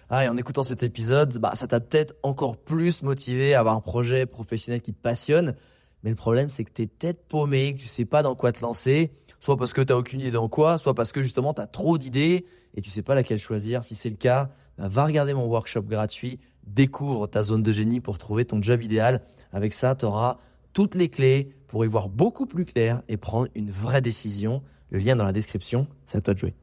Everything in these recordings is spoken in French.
Ah, et en écoutant cet épisode, ça t'a peut-être encore plus motivé à avoir un projet professionnel qui te passionne. Mais le problème, c'est que t'es peut-être paumé, que tu sais pas dans quoi te lancer. Soit parce que t'as aucune idée dans quoi, soit parce que justement t'as trop d'idées et tu sais pas laquelle choisir. Si c'est le cas, va regarder mon workshop gratuit. Découvre ta zone de génie pour trouver ton job idéal. Avec ça, t'auras toutes les clés pour y voir beaucoup plus clair et prendre une vraie décision. Le lien dans la description, c'est à toi de jouer.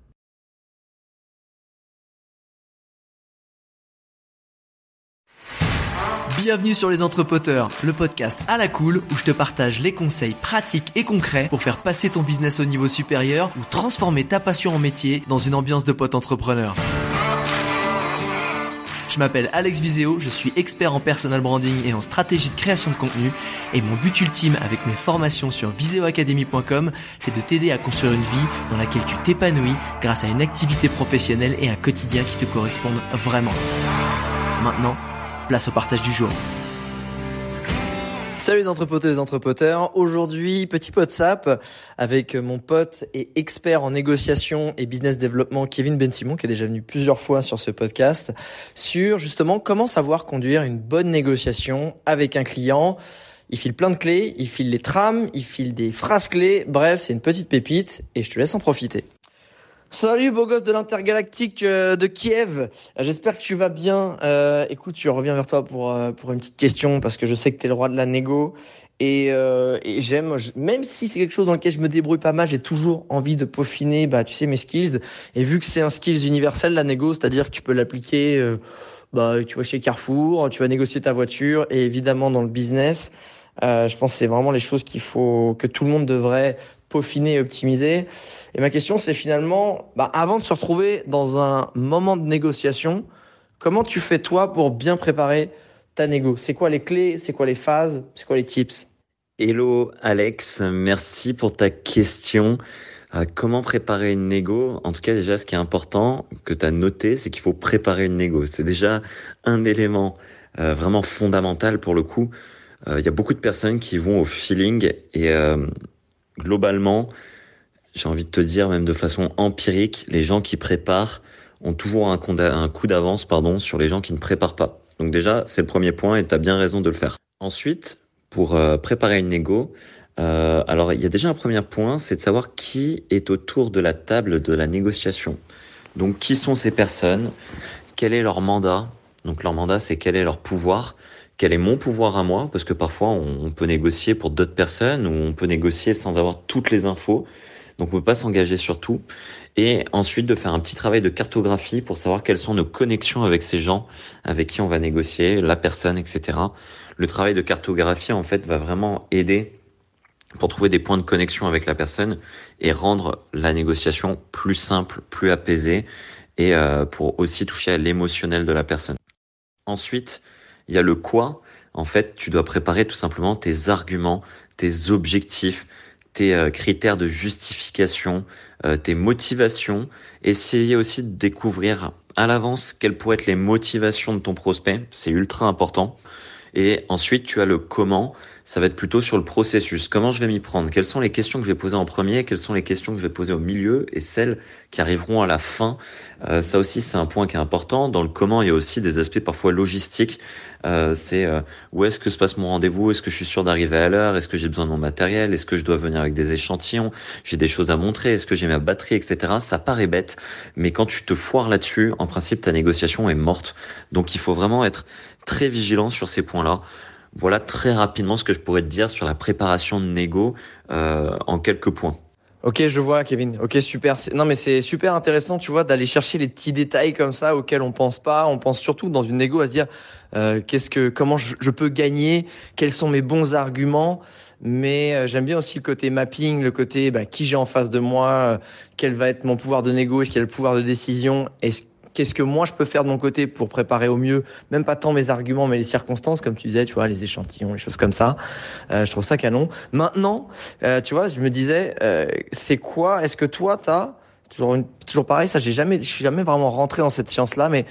Bienvenue sur Les Entrepoteurs, le podcast à la cool où je te partage les conseils pratiques et concrets pour faire passer ton business au niveau supérieur ou transformer ta passion en métier dans une ambiance de pote entrepreneur. Je m'appelle Alex Viseo, je suis expert en personal branding et en stratégie de création de contenu et mon but ultime avec mes formations sur viseoacademy.com, c'est de t'aider à construire une vie dans laquelle tu t'épanouis grâce à une activité professionnelle et un quotidien qui te correspondent vraiment. Maintenant, place au partage du jour. Salut les entrepoteurs et les entrepoteurs. Aujourd'hui, petit WhatsApp avec mon pote et expert en négociation et business développement Kevin Ben-Simon, qui est déjà venu plusieurs fois sur ce podcast, sur justement comment savoir conduire une bonne négociation avec un client. Il file plein de clés, il file les trames, il file des phrases clés. Bref, c'est une petite pépite et je te laisse en profiter. Salut beau gosse de l'intergalactique de Kiev, j'espère que tu vas bien. Écoute, je reviens vers toi pour une petite question parce que je sais que tu es le roi de la négo et j'aime, même si c'est quelque chose dans lequel je me débrouille pas mal, j'ai toujours envie de peaufiner tu sais, mes skills. Et vu que c'est un skills universel, la négo, c'est-à-dire que tu peux l'appliquer tu vois, chez Carrefour, tu vas négocier ta voiture et évidemment dans le business. Je pense que c'est vraiment les choses que tout le monde devrait peaufiner et optimiser. Et ma question, c'est finalement, avant de se retrouver dans un moment de négociation, comment tu fais toi pour bien préparer ta négo? C'est quoi les clés? C'est quoi les phases? C'est quoi les tips? Hello Alex, merci pour ta question. Comment préparer une négo? En tout cas, déjà, ce qui est important que tu as noté, c'est qu'il faut préparer une négo. C'est déjà un élément vraiment fondamental pour le coup. Il y a beaucoup de personnes qui vont au feeling et globalement, j'ai envie de te dire, même de façon empirique, les gens qui préparent ont toujours un coup d'avance sur les gens qui ne préparent pas. Donc déjà, c'est le premier point et tu as bien raison de le faire. Ensuite, pour préparer une négo, alors il y a déjà un premier point, c'est de savoir qui est autour de la table de la négociation. Donc qui sont ces personnes? Quel est leur mandat? Donc leur mandat, c'est quel est leur pouvoir? Quel est mon pouvoir à moi? Parce que parfois, on peut négocier pour d'autres personnes ou on peut négocier sans avoir toutes les infos. Donc on peut pas s'engager sur tout. Et ensuite de faire un petit travail de cartographie pour savoir quelles sont nos connexions avec ces gens avec qui on va négocier, la personne, etc. Le travail de cartographie en fait va vraiment aider pour trouver des points de connexion avec la personne et rendre la négociation plus simple, plus apaisée et pour aussi toucher à l'émotionnel de la personne. Ensuite, il y a le quoi. En fait, tu dois préparer tout simplement tes arguments, tes objectifs, tes critères de justification, tes motivations. Essayer aussi de découvrir à l'avance quelles pourraient être les motivations de ton prospect. C'est ultra important. Et ensuite, tu as le comment. Ça va être plutôt sur le processus. Comment je vais m'y prendre? Quelles sont les questions que je vais poser en premier? Quelles sont les questions que je vais poser au milieu? Et celles qui arriveront à la fin. Ça aussi, c'est un point qui est important. Dans le comment, il y a aussi des aspects parfois logistiques. C'est où est-ce que se passe mon rendez-vous? Est-ce que je suis sûr d'arriver à l'heure? Est-ce que j'ai besoin de mon matériel? Est-ce que je dois venir avec des échantillons? J'ai des choses à montrer? Est-ce que j'ai ma batterie, etc. Ça paraît bête, mais quand tu te foires là-dessus, en principe, ta négociation est morte. Donc, il faut vraiment être très vigilant sur ces points-là. Voilà très rapidement ce que je pourrais te dire sur la préparation de négo en quelques points. Ok, je vois, Kevin. Ok, super. Non, mais c'est super intéressant, tu vois, d'aller chercher les petits détails comme ça auxquels on pense pas. On pense surtout dans une négo à se dire comment je peux gagner, quels sont mes bons arguments. Mais j'aime bien aussi le côté mapping, le côté qui j'ai en face de moi, quel va être mon pouvoir de négo, est-ce qu'il y a le pouvoir de décision, qu'est-ce que moi je peux faire de mon côté pour préparer au mieux, même pas tant mes arguments, mais les circonstances, comme tu disais, tu vois, les échantillons, les choses comme ça. Je trouve ça canon. Maintenant, tu vois, je me disais, c'est quoi? Est-ce que toi, toujours pareil, ça, je suis jamais vraiment rentré dans cette science-là, mais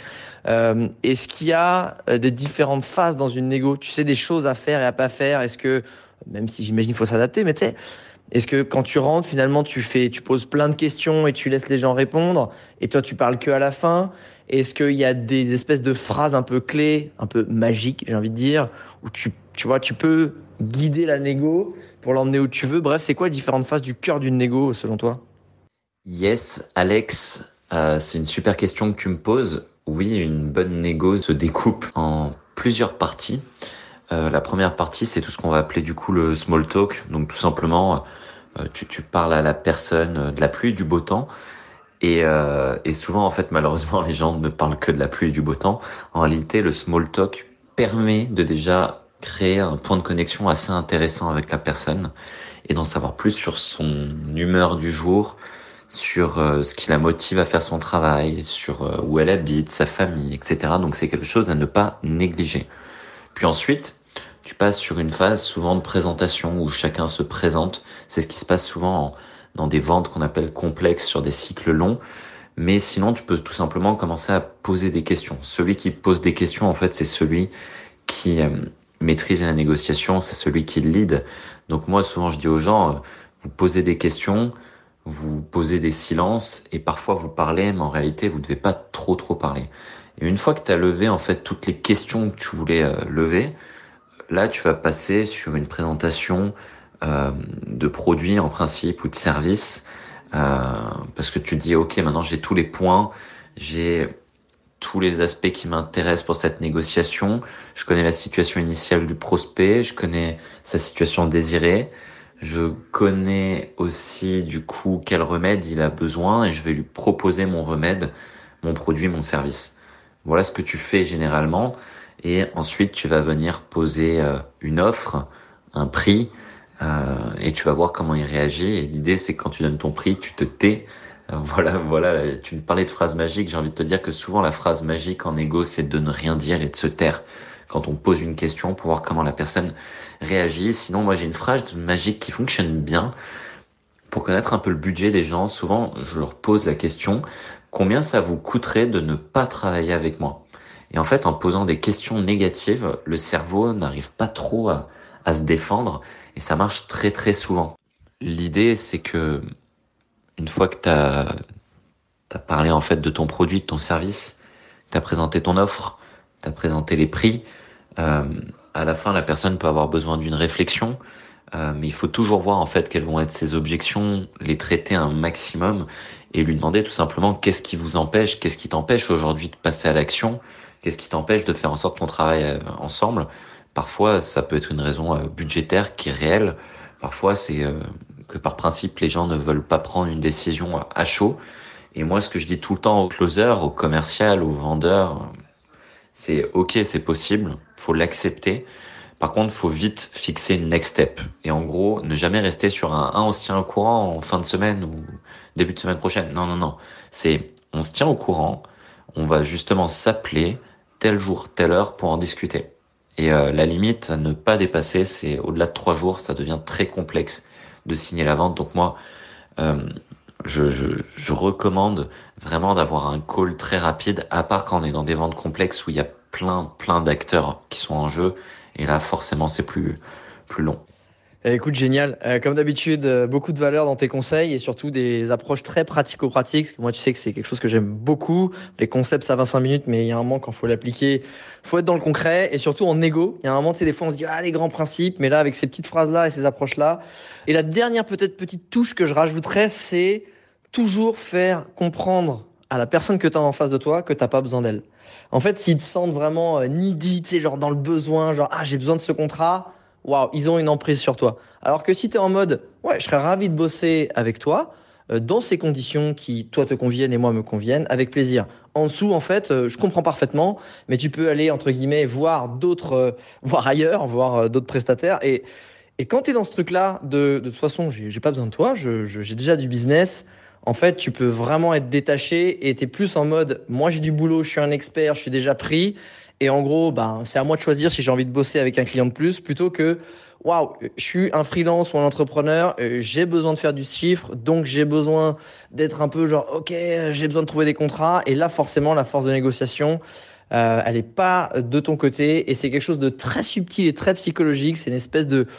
est-ce qu'il y a des différentes phases dans une négo? Tu sais, des choses à faire et à pas faire? Est-ce que, même si j'imagine qu'il faut s'adapter, mais tu sais, est-ce que quand tu rentres, finalement, tu poses plein de questions et tu laisses les gens répondre et toi, tu parles que à la fin? Est-ce qu'il y a des espèces de phrases un peu clés, un peu magiques, j'ai envie de dire, où tu vois, tu peux guider la négo pour l'emmener où tu veux. Bref, c'est quoi les différentes phases du cœur d'une négo selon toi? Yes, Alex, c'est une super question que tu me poses. Oui, une bonne négo se découpe en plusieurs parties. La première partie, c'est tout ce qu'on va appeler du coup le small talk. Donc tout simplement, tu parles à la personne de la pluie et du beau temps. Et souvent, en fait, malheureusement, les gens ne parlent que de la pluie et du beau temps. En réalité, le small talk permet de déjà créer un point de connexion assez intéressant avec la personne et d'en savoir plus sur son humeur du jour, sur ce qui la motive à faire son travail, sur où elle habite, sa famille, etc. Donc c'est quelque chose à ne pas négliger. Puis ensuite, tu passes sur une phase souvent de présentation où chacun se présente. C'est ce qui se passe souvent dans des ventes qu'on appelle complexes sur des cycles longs. Mais sinon, tu peux tout simplement commencer à poser des questions. Celui qui pose des questions, en fait, c'est celui qui maîtrise la négociation, c'est celui qui lead. Donc moi, souvent, je dis aux gens, vous posez des questions, vous posez des silences, et parfois vous parlez, mais en réalité, vous ne devez pas trop parler. Et une fois que tu as levé, en fait, toutes les questions que tu voulais lever, là, tu vas passer sur une présentation de produits en principe ou de services, parce que tu te dis, ok, maintenant j'ai tous les points, j'ai tous les aspects qui m'intéressent pour cette négociation. Je connais la situation initiale du prospect, je connais sa situation désirée, je connais aussi du coup quel remède il a besoin et je vais lui proposer mon remède, mon produit, mon service. Voilà ce que tu fais généralement et ensuite tu vas venir poser une offre, un prix et tu vas voir comment il réagit. Et l'idée c'est que quand tu donnes ton prix, tu te tais. Voilà, tu me parlais de phrases magiques, j'ai envie de te dire que souvent la phrase magique en égo, c'est de ne rien dire et de se taire quand on pose une question pour voir comment la personne réagit. Sinon, moi j'ai une phrase magique qui fonctionne bien pour connaître un peu le budget des gens. Souvent, je leur pose la question, combien ça vous coûterait de ne pas travailler avec moi? Et en fait, en posant des questions négatives, le cerveau n'arrive pas trop à se défendre et ça marche très souvent. L'idée, c'est que une fois que t'as parlé en fait de ton produit, de ton service, t'as présenté ton offre, t'as présenté les prix, euh, à la fin la personne peut avoir besoin d'une réflexion, mais il faut toujours voir en fait quelles vont être ses objections, les traiter un maximum et lui demander tout simplement qu'est-ce qui vous empêche, qu'est-ce qui t'empêche aujourd'hui de passer à l'action, qu'est-ce qui t'empêche de faire en sorte qu'on travaille ensemble. Parfois ça peut être une raison budgétaire qui est réelle, parfois c'est que par principe les gens ne veulent pas prendre une décision à chaud. Et moi, ce que je dis tout le temps aux closers, aux commerciaux, aux vendeurs, c'est ok, c'est possible, faut l'accepter. Par contre, faut vite fixer une next step. Et en gros, ne jamais rester sur on se tient au courant en fin de semaine ou début de semaine prochaine. Non. C'est, on se tient au courant, on va justement s'appeler tel jour, telle heure pour en discuter. Et la limite à ne pas dépasser, c'est au-delà de 3 jours, ça devient très complexe de signer la vente. Donc moi, euh, je recommande vraiment d'avoir un call très rapide, à part quand on est dans des ventes complexes où il y a plein d'acteurs qui sont en jeu. Et là, forcément, c'est plus long. Écoute, génial. Comme d'habitude, beaucoup de valeur dans tes conseils et surtout des approches très pratico-pratiques. Parce que moi, tu sais que c'est quelque chose que j'aime beaucoup. Les concepts, ça 25 minutes, mais il y a un moment quand faut l'appliquer, faut être dans le concret et surtout en égo. Il y a un moment, tu sais, des fois, on se dit, ah, les grands principes, mais là, avec ces petites phrases-là et ces approches-là. Et la dernière, peut-être, petite touche que je rajouterais, c'est toujours faire comprendre à la personne que tu as en face de toi que t'as pas besoin d'elle. En fait, s'ils te sentent vraiment needy, tu sais, genre dans le besoin, genre, ah, j'ai besoin de ce contrat, waouh, ils ont une emprise sur toi. Alors que si tu es en mode, ouais, je serais ravi de bosser avec toi, dans ces conditions qui, toi, te conviennent et moi me conviennent, avec plaisir. En dessous, en fait, je comprends parfaitement, mais tu peux aller, entre guillemets, voir d'autres, voir ailleurs, voir d'autres prestataires. Et quand tu es dans ce truc-là, de toute façon, j'ai pas besoin de toi, j'ai déjà du business. En fait, tu peux vraiment être détaché et tu es plus en mode, moi j'ai du boulot, je suis un expert, je suis déjà pris. Et en gros, ben, c'est à moi de choisir si j'ai envie de bosser avec un client de plus plutôt que, waouh, je suis un freelance ou un entrepreneur, j'ai besoin de faire du chiffre, donc j'ai besoin d'être un peu genre, ok, j'ai besoin de trouver des contrats. Et là, forcément, la force de négociation, elle est pas de ton côté et c'est quelque chose de très subtil et très psychologique. C'est une espèce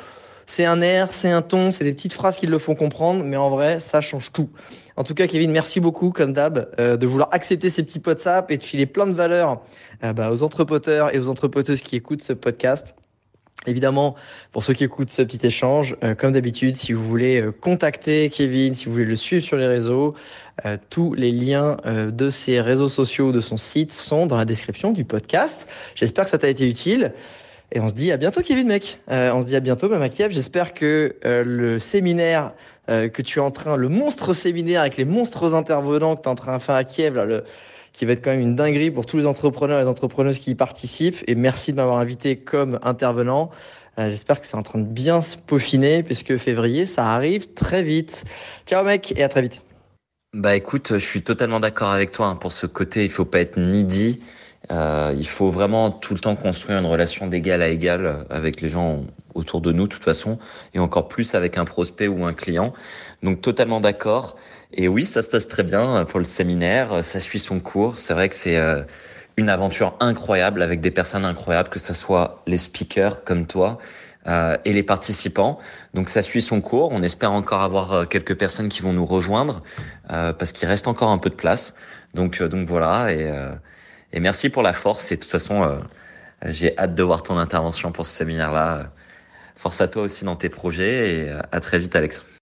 c'est un air, c'est un ton, c'est des petites phrases qui le font comprendre, mais en vrai, ça change tout. En tout cas, Kevin, merci beaucoup, comme d'hab, de vouloir accepter ces petits WhatsApp et de filer plein de valeur aux entrepreneurs et aux entrepreneuses qui écoutent ce podcast. Évidemment, pour ceux qui écoutent ce petit échange, comme d'habitude, si vous voulez contacter Kevin, si vous voulez le suivre sur les réseaux, tous les liens de ses réseaux sociaux, de son site sont dans la description du podcast. J'espère que ça t'a été utile. Et on se dit à bientôt, Kevin, mec. On se dit à bientôt, même à Kiev. J'espère que le séminaire que tu es en train, le monstre séminaire avec les monstres intervenants que tu es en train de faire à Kiev, là, qui va être quand même une dinguerie pour tous les entrepreneurs et les entrepreneuses qui y participent. Et merci de m'avoir invité comme intervenant. J'espère que c'est en train de bien se peaufiner, puisque février, ça arrive très vite. Ciao, mec, et à très vite. Bah écoute, je suis totalement d'accord avec toi, hein, pour ce côté, il faut pas être needy. Il faut vraiment tout le temps construire une relation d'égal à égal avec les gens autour de nous, de toute façon, et encore plus avec un prospect ou un client. Donc totalement d'accord. Et oui, ça se passe très bien pour le séminaire. Ça suit son cours. C'est vrai que c'est une aventure incroyable avec des personnes incroyables, que ce soit les speakers comme toi et les participants. Donc ça suit son cours. On espère encore avoir quelques personnes qui vont nous rejoindre parce qu'il reste encore un peu de place. Donc voilà. Et merci pour la force. Et de toute façon, j'ai hâte de voir ton intervention pour ce séminaire-là. Force à toi aussi dans tes projets et à très vite, Alex.